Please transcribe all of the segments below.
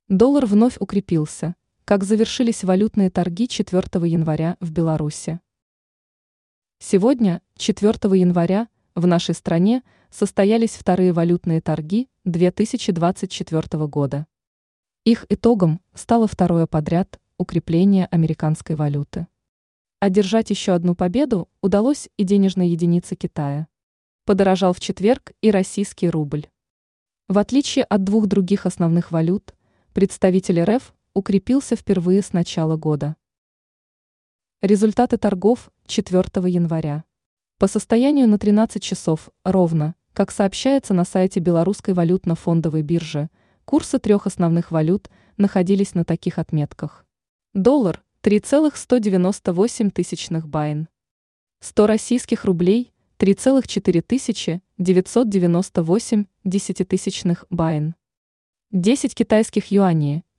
Доллар вновь укрепился. Как завершились валютные торги 4 января в Беларуси? Сегодня, 4 января, в нашей стране состоялись вторые валютные торги 2024 года. Их итогом стало второе подряд укрепление американской валюты. Одержать еще одну победу удалось и денежной единице Китая. Подорожал в четверг и российский рубль. В отличие от двух других основных валют, представитель РФ укрепился впервые с начала года. Результаты торгов 4 января. По состоянию на 13 часов ровно, как сообщается на сайте Белорусской валютно-фондовой биржи, курсы трех основных валют находились на таких отметках. Доллар – 3,198 байн. 100 российских рублей – 3,4998 байн. 10 китайских юаней –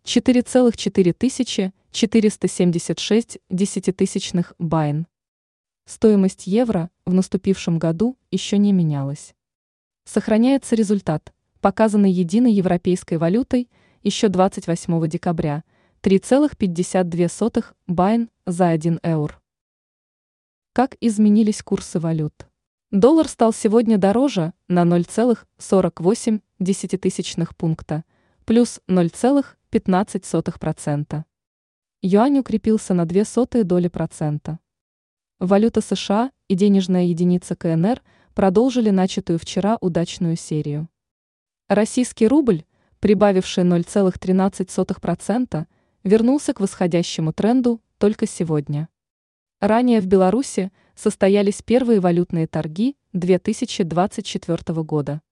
4,4476 байн. Стоимость евро в наступившем году еще не менялась. Сохраняется результат, показанный единой европейской валютой еще 28 декабря – 3,52 байн за 1 евро. Как изменились курсы валют? Доллар стал сегодня дороже на 0,48 пункта, плюс 0,15%. Юань укрепился на 0,02%. Валюта США и денежная единица КНР продолжили начатую вчера удачную серию. Российский рубль, прибавивший 0,13%, вернулся к восходящему тренду только сегодня. Ранее в Беларуси состоялись первые валютные торги 2024 года.